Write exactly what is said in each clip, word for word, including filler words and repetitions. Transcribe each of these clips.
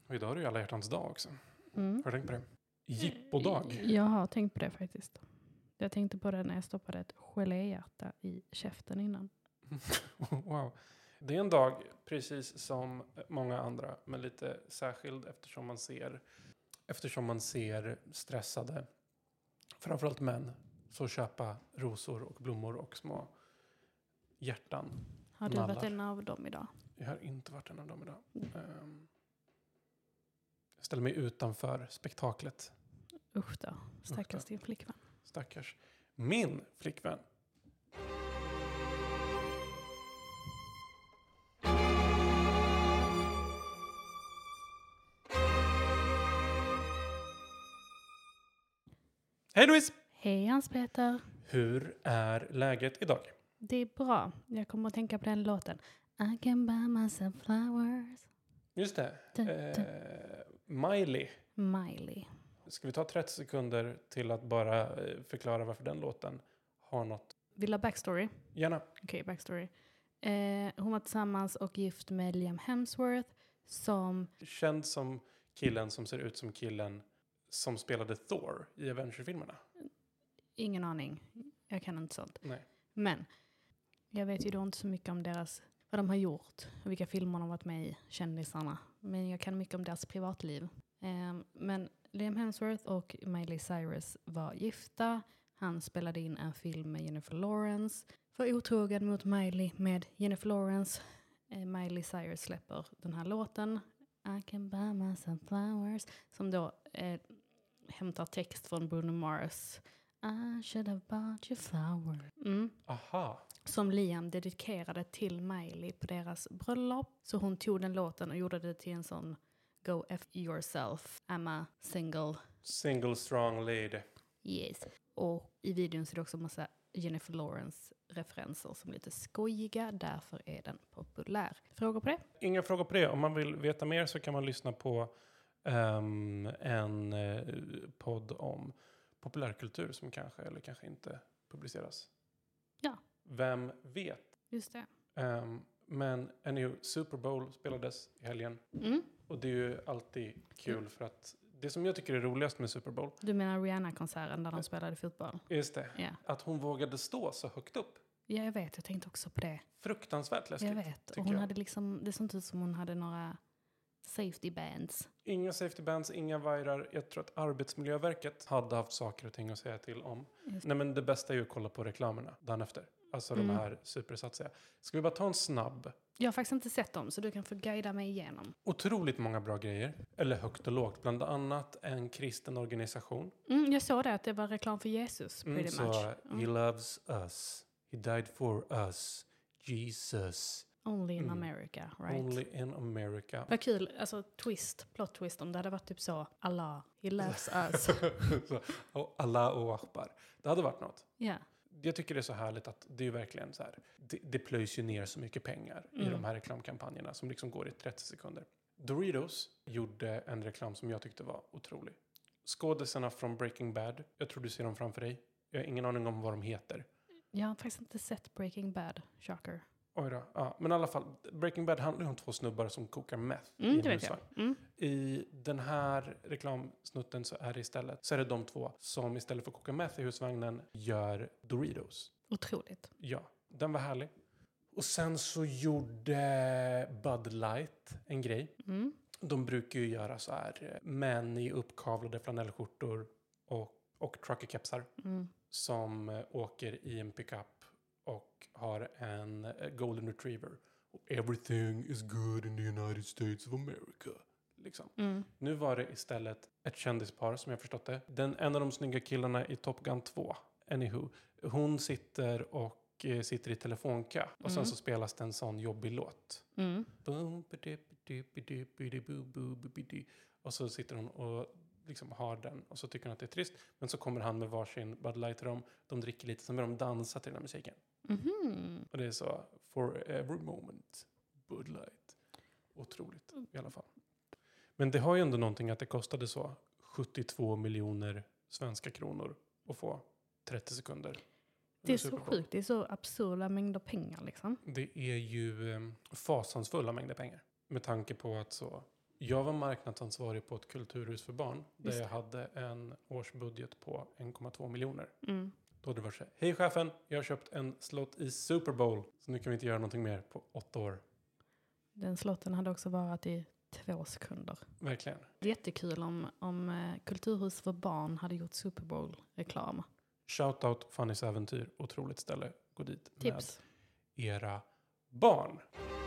Och idag är det ju alla hjärtans dag också. Mm. Har du tänkt på det? Jippodag. Jag har tänkt på det faktiskt. Jag tänkte på det när jag stoppade ett geléhjärta i käften innan. Wow. Det är en dag precis som många andra, men lite särskild eftersom man ser, eftersom man ser stressade, framförallt män, så köpa rosor och blommor och små hjärtan. Har du nallar. varit en av dem idag? Jag har inte varit en av dem idag. Um, jag ställer mig utanför spektaklet. Usch då, stackars din flickvän. Stackars. Min flickvän. Hej Louise! Hej Hans-Peter. Hur är läget idag? Det är bra. Jag kommer att tänka på den låten. I can buy myself flowers. Just det. Dun, dun. Eh, Miley. Miley. Ska vi ta trettio sekunder till att bara eh, förklara varför den låten har något? Vill du ha backstory? Gärna. Okej, okay, backstory. Eh, hon var tillsammans och gift med Liam Hemsworth som... Känd som killen som ser ut som killen som spelade Thor i Avengers-filmerna. Ingen aning. Jag kan inte sånt. Nej. Men jag vet ju då inte så mycket om deras, vad de har gjort och vilka filmer de har varit med i, kändisarna. Men jag kan mycket om deras privatliv. Eh, men Liam Hemsworth och Miley Cyrus var gifta. Han spelade in en film med Jennifer Lawrence. Var otrogen mot Miley med Jennifer Lawrence. Eh, Miley Cyrus släpper den här låten. I can buy myself flowers. Som då eh, hämtar text från Bruno Mars. I should have bought you flowers. Mm. Aha. Som Liam dedikerade till Miley på deras bröllop. Så hon tog den låten och gjorde det till en sån Go F yourself. I'm a single. Single strong lady. Yes. Och i videon ser det också massa Jennifer Lawrence-referenser som är lite skojiga. Därför är den populär. Frågor på det? Inga frågor på det. Om man vill veta mer så kan man lyssna på um, en uh, podd om populärkultur som kanske eller kanske inte publiceras. Ja. Vem vet? Just det. Um, men anywho, Super Bowl spelades i helgen. Mm. Och det är ju alltid kul Mm. för att det som jag tycker är roligast med Super Bowl. Du menar Rihanna-konserten där de spelade fotboll? Just det. Ja. Att hon vågade stå så högt upp. Ja, jag vet. Jag tänkte också på det. Fruktansvärt läskigt. Jag vet. Och hon jag. hade liksom, det såg inte ut som hon hade några safety bands. Inga safety bands, inga vajrar. Jag tror att Arbetsmiljöverket hade haft saker och ting att säga till om. Just. Nej, men det bästa är ju att kolla på reklamerna dagen efter. Alltså Mm. de här supersatsiga. Ska vi bara ta en snabb? Jag har faktiskt inte sett dem så du kan få guida mig igenom. Otroligt många bra grejer. Eller högt och lågt. Bland annat en kristen organisation. Mm, jag såg det att det var reklam för Jesus. Mm, Pretty så much. he Mm. loves us. He died for us. Jesus. Only in Mm. America, right? Only in America. Vad kul, alltså twist, plot twist om det hade varit typ så, Allah, he loves us. så, och Allah och Akbar. Det hade varit något. Ja, Jag tycker det är så härligt att det är verkligen så här. Det, det plöjs ju ner så mycket pengar i Mm. de här reklamkampanjerna som liksom går i trettio sekunder. Doritos gjorde en reklam som jag tyckte var otrolig. Skådisarna från Breaking Bad. Jag tror du ser dem framför dig. Jag har ingen aning om vad de heter. jag har faktiskt inte sett Breaking Bad, shocker. Oj då. Ja, men i alla fall, Breaking Bad handlar ju om två snubbar som kokar meth i Mm, en det vet jag. husvagn. Mm. I den här reklamsnutten så är det istället så är det de två som istället för att koka meth i husvagnen gör Doritos. Otroligt. Ja, den var härlig. Och sen så gjorde Bud Light en grej. Mm. De brukar ju göra så här män i uppkavlade flanellskjortor och, och truckerkepsar Mm. som eh, åker i en pickup och har en eh, golden retriever. Och everything is good in the United States of America. Liksom. Mm. Nu var det istället ett kändispar som jag förstått det. Den, en av de snygga killarna i Top Gun två, anywho. Hon sitter och eh, sitter i telefonkö. Och Mm. sen så spelas det en sån jobbig låt. Mm. Boom, ba-di-ba-di-ba-di-boo-boo-ba-di. Och så sitter hon och liksom har den. Och så tycker hon att det är trist. Men så kommer han med varsin Bud Light till dem. De dricker lite. Sen börjar de dansa till den här musiken. Mhm. Och det är så. For every moment. Bud Light. Otroligt i alla fall. Men det har ju ändå någonting att det kostade så. sjuttiotvå miljoner svenska kronor att få trettio sekunder. Det är Super så Bowl. sjukt. Det är så absurda mängder pengar liksom. Det är ju eh, fasansfulla mängder pengar. Med tanke på att så Jag var marknadsansvarig på ett kulturhus för barn. Där Just jag hade en årsbudget på en komma två miljoner. Mm. Då det var så här, hej chefen, jag har köpt en slott i Super Bowl. Så nu kan vi inte göra någonting mer på åtta år. Den slotten hade också varit i två sekunder. Verkligen. Jättekul om, om eh, Kulturhus för barn hade gjort Super Bowl-reklam. Shoutout Fannys äventyr, otroligt ställe. Gå dit Tips. med era barn.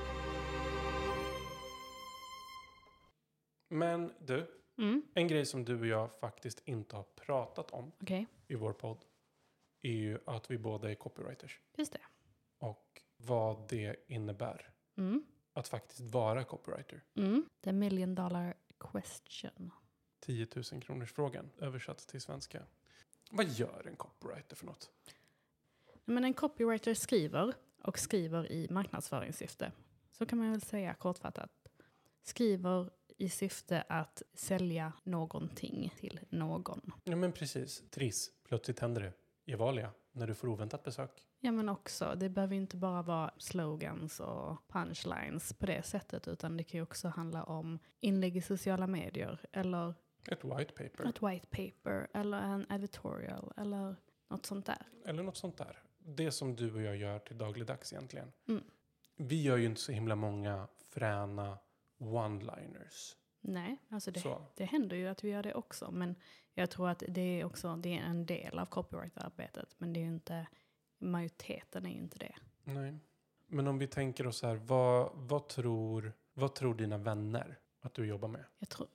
Men du, Mm. en grej som du och jag faktiskt inte har pratat om Okej, i vår podd är ju att vi båda är copywriters. just det. Och vad det innebär Mm. att faktiskt vara copywriter. Mm. The million dollar question. tio tusen kronors frågan översatt till svenska. Vad gör en copywriter för något? Men en copywriter skriver och skriver i marknadsföringssyfte. Så kan man väl säga kortfattat. Skriver i syfte att sälja någonting till någon. Ja men precis. Triss. Plötsligt händer det. Gevalia. När du får oväntat besök. Ja men också, det behöver inte bara vara slogans och punchlines på det sättet. Utan det kan ju också handla om inlägg i sociala medier. Eller Ett white paper. ett white paper. Eller en editorial. Eller något sånt där. Eller något sånt där. Det som du och jag gör till dagligdags egentligen. Mm. Vi gör ju inte så himla många fräna one-liners. Nej, alltså det, Så. det händer ju att vi gör det också. Men jag tror att det är också det är en del av copyright-arbetet. Men det är ju inte, majoriteten är ju inte det. Nej. Men om vi tänker oss här, vad, vad, tror, vad tror dina vänner att du jobbar med? Jag tror,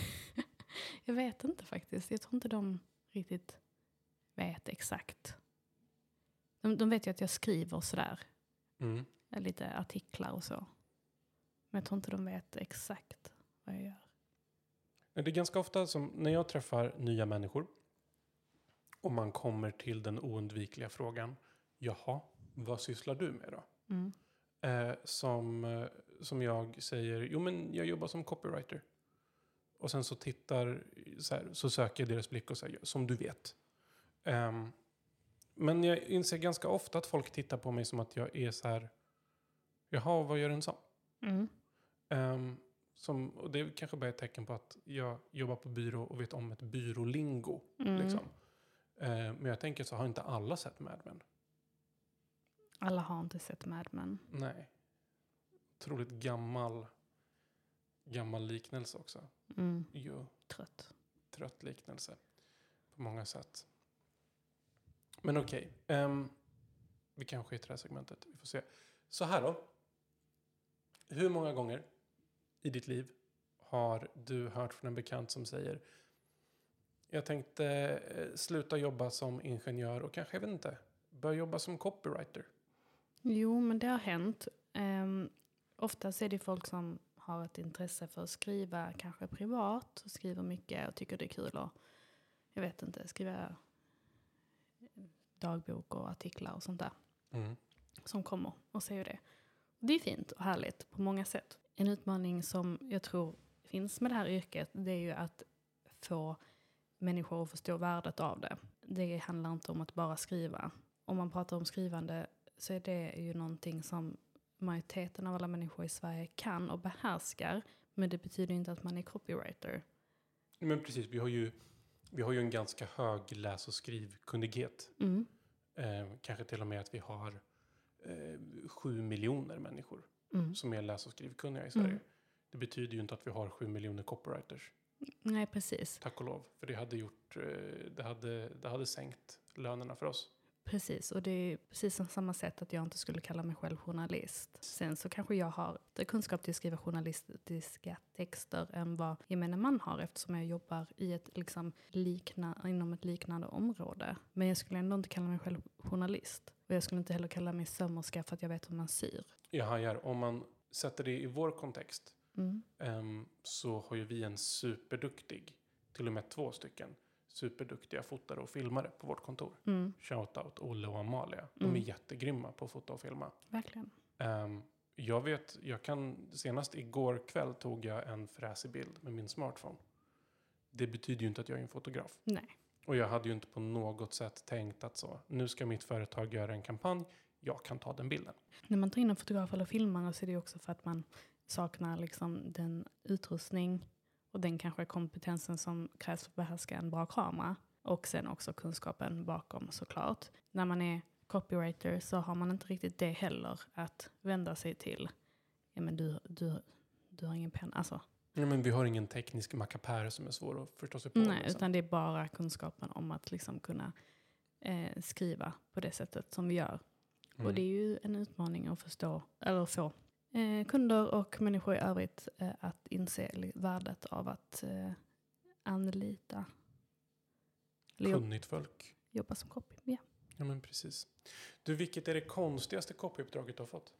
jag vet inte faktiskt. Jag tror inte de riktigt vet exakt. De, de vet ju att jag skriver sådär. Mm. Lite artiklar och så. Men jag tror inte de vet exakt vad jag gör. Det är ganska ofta som när jag träffar nya människor och man kommer till den oundvikliga frågan, jaha, vad sysslar du med då? Mm. Eh, som, eh, som jag säger, jo men jag jobbar som copywriter. Och sen så tittar, så, här, så söker jag deras blick och säger, som du vet. Um, men jag inser ganska ofta att folk tittar på mig som att jag är så här, jaha, vad gör en sån? Mm. Um, som, och det är kanske bara ett tecken på att jag jobbar på byrå och vet om ett byrålingo. Mm. Liksom. Uh, men jag tänker så har inte alla sett Mad Men? Alla har inte sett Mad Men. Nej. Otroligt gammal, gammal liknelse också. Mm. Jo, Trött. trött liknelse. På många sätt. Men okej. Okay. Um, vi kan skita i det här segmentet. Vi får se. Så här då. Hur många gånger i ditt liv har du hört från en bekant som säger jag tänkte eh, sluta jobba som ingenjör och kanske, jag vet inte, börja jobba som copywriter? Jo, men det har hänt. Um, oftast är det folk som har ett intresse för att skriva kanske privat och skriver mycket och tycker det är kul och jag vet inte, skriva dagbok och artiklar och sånt där Mm. som kommer och säger det. Det är fint och härligt på många sätt. En utmaning som jag tror finns med det här yrket, det är ju att få människor att förstå värdet av det. Det handlar inte om att bara skriva. Om man pratar om skrivande så är det ju någonting som majoriteten av alla människor i Sverige kan och behärskar. Men det betyder inte att man är copywriter. Men precis, vi har ju, vi har ju en ganska hög läs- och skrivkunnighet. Mm. Eh, kanske till och med att vi har eh, sju miljoner människor Mm. som är läs- och skrivkunniga i Sverige. Mm. Det betyder ju inte att vi har sju miljoner copywriters. Nej, precis. Tack och lov. För det hade gjort, eh, det hade, det hade sänkt lönerna för oss. Precis, och det är precis som samma sätt att jag inte skulle kalla mig själv journalist. Sen så kanske jag har kunskap till att skriva journalistiska texter än vad gemene man har eftersom jag jobbar i ett, liksom, likna, inom ett liknande område. Men jag skulle ändå inte kalla mig själv journalist. Och jag skulle inte heller kalla mig sömmerska för att jag vet hur man syr. Jag hajar, om man sätter det i vår kontext Mm. um, så har ju vi en superduktig, till och med två stycken, superduktiga fotare och filmare på vårt kontor. Mm. Shoutout Olle och Amalia. De Mm. är jättegrymma på att fota och filma. Verkligen. Um, jag vet, jag kan, senast igår kväll tog jag en fräsig bild med min smartphone. Det betyder ju inte att jag är en fotograf. Nej. Och jag hade ju inte på något sätt tänkt att så, nu ska mitt företag göra en kampanj, jag kan ta den bilden. När man tar in en fotograf eller filmare så är det också för att man saknar liksom den utrustning och den kanske kompetensen som krävs för att behärska en bra kamera. Och sen också kunskapen bakom såklart. När man är copywriter så har man inte riktigt det heller att vända sig till. Ja men du, du, du har ingen penna. Alltså. Ja, men vi har ingen teknisk mackapär som är svår att förstå sig på. Nej, liksom. utan det är bara kunskapen om att liksom kunna eh, skriva på det sättet som vi gör. Mm. Och det är ju en utmaning att förstå, eller få eh, kunder och människor i övrigt eh, att inse värdet av att eh, anlita. Eller jobb, Kunnigt folk. jobba som copy. Ja. Ja, men precis. Du, vilket är det konstigaste copyuppdraget du har fått?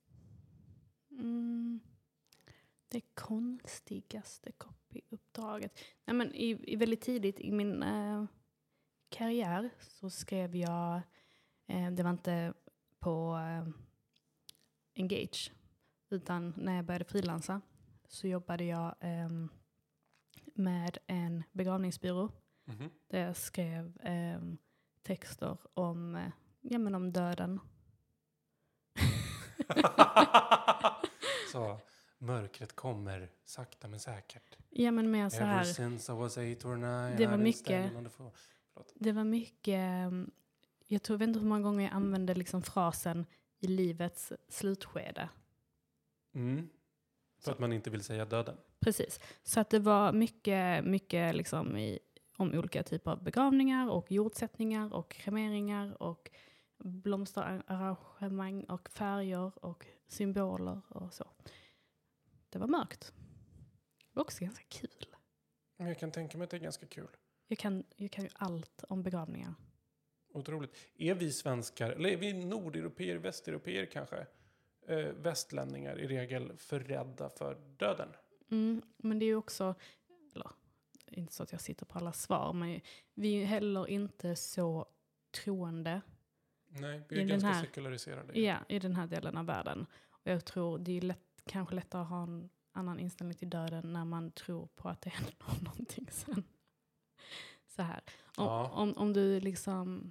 Mm, det konstigaste copyuppdraget. Nej, men i, i väldigt tidigt i min eh, karriär så skrev jag, eh, det var inte på eh, Engage, utan när jag började frilansa så jobbade jag eh, med en begravningsbyrå. Mm-hmm. Där jag skrev eh, texter om, eh, ja, men om döden. Så mörkret kommer sakta men säkert. Ja, men mer så Ever här. since I was eight or nine. Det var I've been mycket- standing on the floor. Det var mycket, um, jag tror, vet inte hur många gånger jag använde liksom frasen i livets slutskede. Mm. För Så. att man inte vill säga döden. Precis. Så att det var mycket, mycket liksom i, om olika typer av begravningar och jordsättningar och kremeringar och blomsterarrangemang och färger och symboler och så. Det var mörkt. Det var också ganska kul. Men jag kan tänka mig att det är ganska kul. Jag kan, jag kan ju allt om begravningar. Otroligt. Är vi svenskar, eller är vi nordeuropeer, västeuropeer kanske? Eh, västlänningar i regel för rädda för döden? Mm, men det är ju också, eller inte så att jag sitter på alla svar, men vi är ju heller inte så troende. Nej, vi I är den ganska här- sekulariserade. Ja, i den här delen av världen. Och jag tror det är lätt, kanske lättare att ha en annan inställning till döden när man tror på att det händer någonting sen. Så här. Om, Ja. om, om du liksom,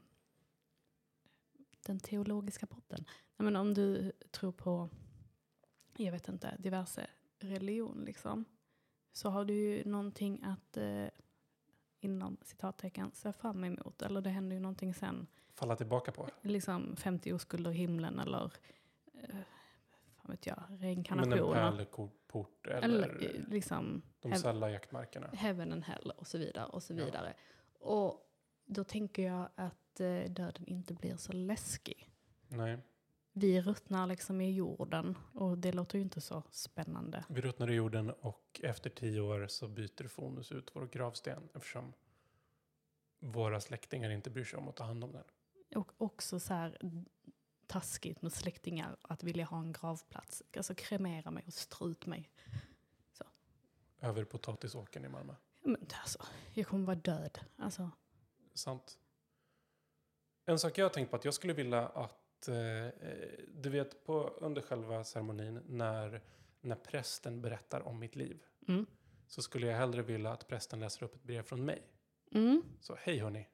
den teologiska botten. Nej, men om du tror på, jag vet inte, diverse religion liksom. Så har du ju någonting att eh, inom citattecken se fram emot. Eller det händer ju någonting sen. Falla tillbaka på. Liksom femtio oskulder i himlen eller eh, vad vet jag, Men en reinkarnation. pärleport eller, Eller eh, liksom de hev- sälla jaktmarkerna. heaven and hell och så vidare och så Ja. vidare. Och då tänker jag att eh, döden inte blir så läskig. Nej, Vi ruttnar liksom i jorden och det låter ju inte så spännande. vi ruttnar i jorden och efter tio år så byter Fonus ut vår gravsten eftersom våra släktingar inte bryr sig om att ta hand om den. Och också så här taskigt mot släktingar att vilja ha en gravplats. Alltså kremera mig och strö ut mig. Över potatisåkern i Malmö. Men alltså, jag kommer vara död. Alltså, Sant. En sak jag har tänkt på att jag skulle vilja att eh, du vet på under själva ceremonin när, när prästen berättar om mitt liv mm. så skulle jag hellre vilja att prästen läser upp ett brev från mig. Mm. Så hej hörni.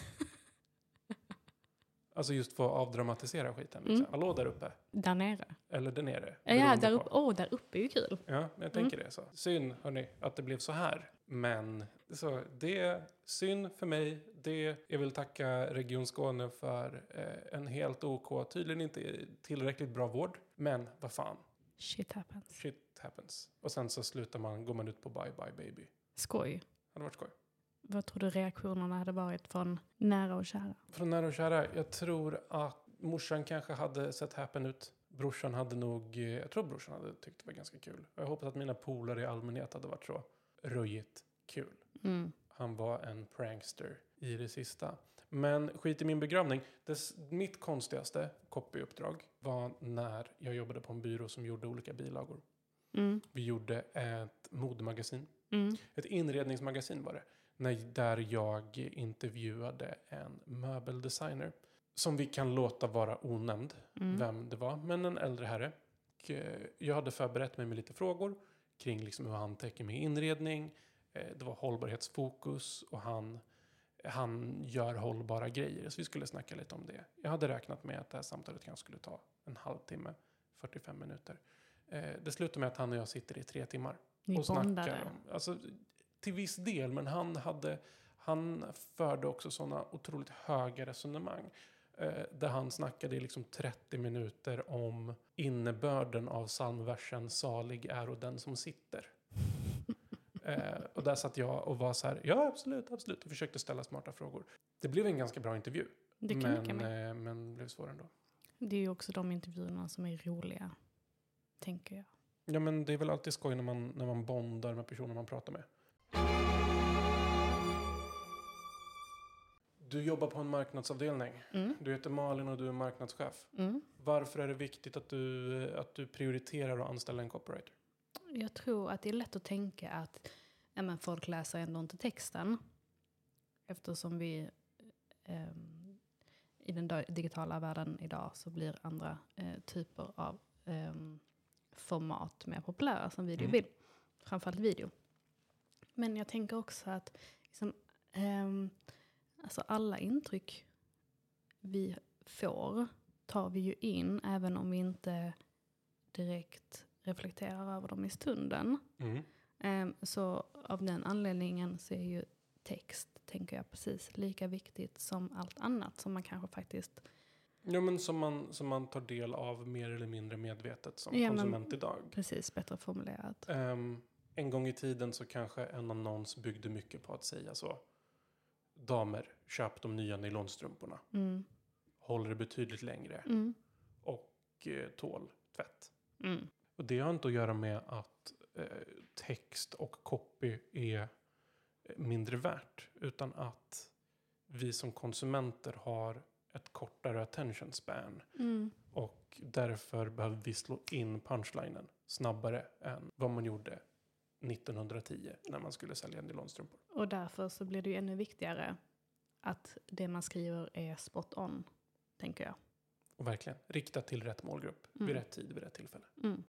Alltså just få avdramatisera skiten. Liksom. Mm. Hallå där uppe. Där nere. Eller där nere. Ja, beroende där på. uppe. Åh, där uppe är ju kul. Ja, men jag tänker det så. Synd hörni att det blev så här. Men så, det är synd för mig. Det, jag vill tacka Region Skåne för eh, en helt OK, tydligen inte tillräckligt bra vård. Men vad fan, Shit happens. shit happens. Och sen så slutar man, går man ut på bye bye baby. Skoj. Det hade varit skoj. Vad tror du reaktionerna hade varit från nära och kära? Från nära och kära, jag tror att morsan kanske hade sett happen ut. Brorsan hade nog, eh, jag tror brorsan hade tyckt det var ganska kul. Jag hoppas att mina polare i allmänhet hade varit så röjigt kul. Mm. Han var en prankster i det sista. Men skit i min begravning. Des, mitt konstigaste copyuppdrag var när jag jobbade på en byrå som gjorde olika bilagor. Mm. Vi gjorde ett modemagasin. Mm. Ett inredningsmagasin var det. När, där jag intervjuade en möbeldesigner. Som vi kan låta vara onämnd Mm. vem det var. Men en äldre herre. Och, eh, jag hade förberett mig med lite frågor. Kring liksom hur han tänker med inredning. Eh, det var hållbarhetsfokus. Och han, han gör hållbara grejer. Så vi skulle snacka lite om det. Jag hade räknat med att det här samtalet kanske skulle ta en halvtimme. fyrtiofem minuter. Eh, det slutar med att han och jag sitter i tre timmar. Ni och snackar bondade. om, alltså, till viss del, men han hade, han förde också sådana otroligt höga resonemang. Eh, där han snackade i liksom trettio minuter om innebörden av psalmversen salig är och den som sitter. eh, och där satt jag och var så här, ja absolut, absolut, och försökte ställa smarta frågor. Det blev en ganska bra intervju. Det kan men, mycket med. eh, men blev svår ändå. Det är ju också de intervjuerna som är roliga, tänker jag. Ja, men det är väl alltid skoj när man, när man bondar med personer man pratar med. Du jobbar på en marknadsavdelning. Mm. Du heter Malin och du är marknadschef. Mm. Varför är det viktigt att du, att du prioriterar att anställa en copywriter? Jag tror att det är lätt att tänka att ja, men folk läser ändå inte texten. Eftersom vi eh, i den digitala världen idag så blir andra eh, typer av eh, format mer populära som video och bild. Framförallt video. Men jag tänker också att liksom, eh, alltså alla intryck vi får tar vi ju in även om vi inte direkt reflekterar över dem i stunden. Mm. Um, så av den anledningen så är ju text, tänker jag, precis lika viktigt som allt annat som man kanske faktiskt... Ja, men som man, som man tar del av mer eller mindre medvetet som Ja, konsument men, idag. Precis, bättre formulerat. Um, en gång i tiden så kanske en annons byggde mycket på att säga så. Damer, köp de nya nylonstrumporna. Mm. Håller det betydligt längre. Mm. Och eh, tål tvätt. Mm. Och det har inte att göra med att eh, text och copy är mindre värt. Utan att vi som konsumenter har ett kortare attention span. Mm. Och därför behöver vi slå in punchlinen snabbare än vad man gjorde nittonhundratio när man skulle sälja nylonstrumpor. Och därför så blir det ju ännu viktigare att det man skriver är spot on, tänker jag. Och verkligen, riktat till rätt målgrupp. Mm. Vid rätt tid, vid rätt tillfälle. Mm.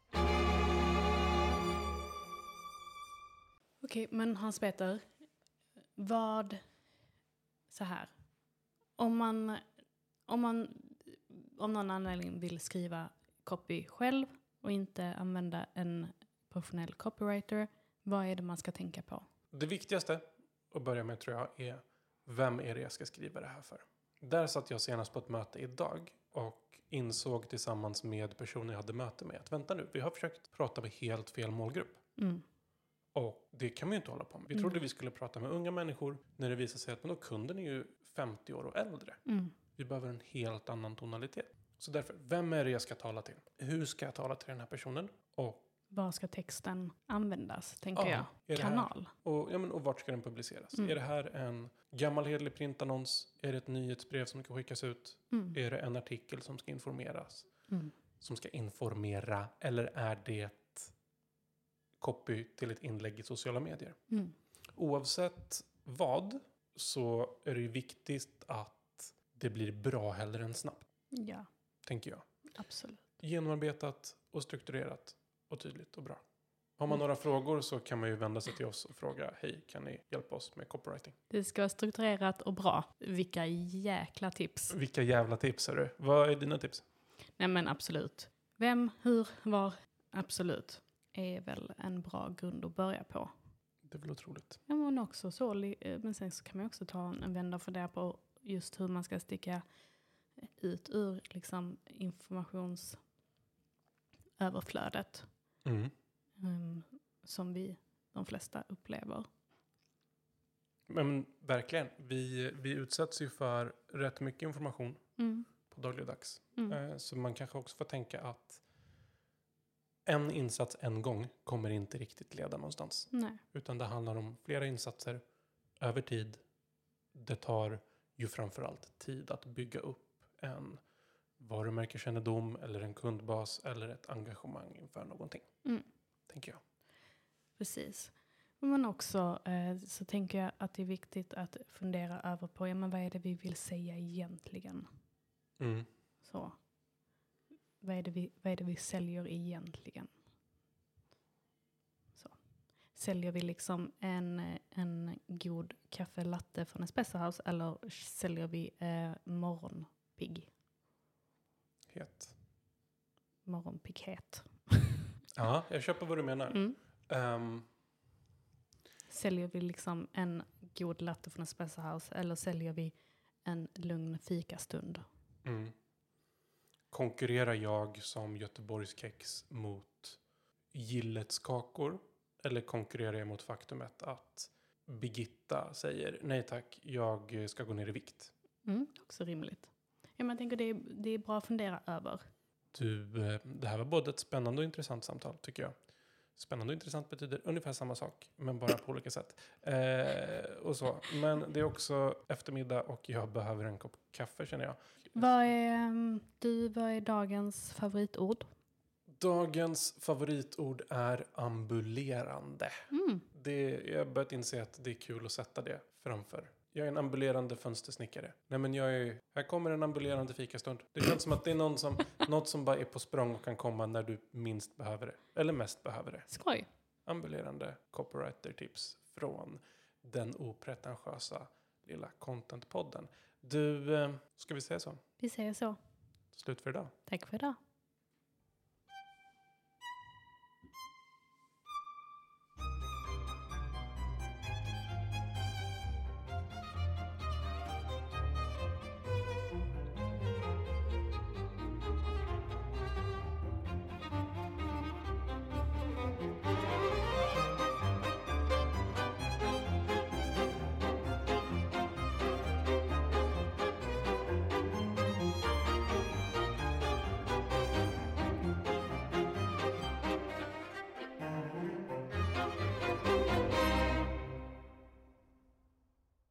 Okej, men Hans-Peter, vad... Så här. Om man, om man om någon anledning vill skriva copy själv och inte använda en professionell copywriter, vad är det man ska tänka på? Det viktigaste att börja med tror jag är vem är det jag ska skriva det här för? Där satt jag senast på ett möte idag och insåg tillsammans med personer jag hade möte med att vänta nu, vi har försökt prata med helt fel målgrupp. Mm. Och det kan man ju inte hålla på med. Vi Mm. trodde vi skulle prata med unga människor när det visade sig att men då kunden är ju femtio år och äldre. Mm. Vi behöver en helt annan tonalitet. Så därför, vem är det jag ska tala till? Hur ska jag tala till den här personen? Och, Var ska texten användas, tänker Ja, jag? är det här- Kanal. och, ja, men, och vart ska den publiceras? Mm. Är det här en gammal hederlig printannons? Är det ett nyhetsbrev som ska skickas ut? Mm. Är det en artikel som ska informeras? Mm. Som ska informera? Eller är det copy till ett inlägg i sociala medier? Mm. Oavsett vad så är det ju viktigt att det blir bra hellre än snabbt, Ja, tänker jag. absolut. Genomarbetat och strukturerat och tydligt och bra. Har man Mm. några frågor så kan man ju vända sig till oss och fråga hej, kan ni hjälpa oss med copywriting? Det ska vara strukturerat och bra. Vilka jäkla tips. Vilka jävla tips är du? Vad är dina tips? Nej men absolut. Vem, hur, var, absolut. Är väl en bra grund att börja på. Det är väl otroligt. Ja, men, också så, men sen så kan man också ta en vända och fundera på just hur man ska sticka ut ur liksom, informationsöverflödet Mm. um, som vi, de flesta, upplever. Men verkligen, vi, vi utsätts ju för rätt mycket information Mm. på dagligdags. Mm. Eh, Så man kanske också får tänka att en insats en gång kommer inte riktigt leda någonstans. Nej. Utan det handlar om flera insatser över tid. Det tar ju framförallt tid att bygga upp en varumärkeskännedom eller en kundbas eller ett engagemang inför någonting. Mm. Tänker jag. Precis. Men också eh, så tänker jag att det är viktigt att fundera över på ja, men vad är det vi vill säga egentligen. Mm. Så. Vad är det vi, vad är det vi säljer egentligen? Så. Säljer vi liksom en, en god kaffe latte från Espresso House eller säljer vi eh, morgonpigg? Het. Morgonpigghet. Ja, jag köper vad du menar. Mm. Um, Säljer vi liksom en god latte från Espresso House eller säljer vi en lugn fikastund? mm. Konkurrerar jag som Göteborgskex mot Gillets kakor? Eller konkurrerar jag mot faktumet att Birgitta säger nej tack, jag ska gå ner i vikt? Mm, också rimligt. Ja, men jag tänker det är, det är bra att fundera över. Du, det här var både ett spännande och intressant samtal tycker jag. Spännande och intressant betyder ungefär samma sak, men bara på olika sätt. Eh, och så. Men det är också eftermiddag och jag behöver en kopp kaffe känner jag. Vad är, du, vad är dagens favoritord? Dagens favoritord är ambulerande. Mm. Det, jag har börjat inse att det är kul att sätta det framför. Jag är en ambulerande fönstersnickare. Nej men jag är, här kommer en ambulerande fikastund. Det känns som att det är någon som, något som bara är på språng och kan komma när du minst behöver det. Eller mest behöver det. Skoj. Ambulerande copywriter-tips från den opretentiösa lilla contentpodden. Du, ska vi säga så? Vi säger så. Slut för idag. Tack för idag.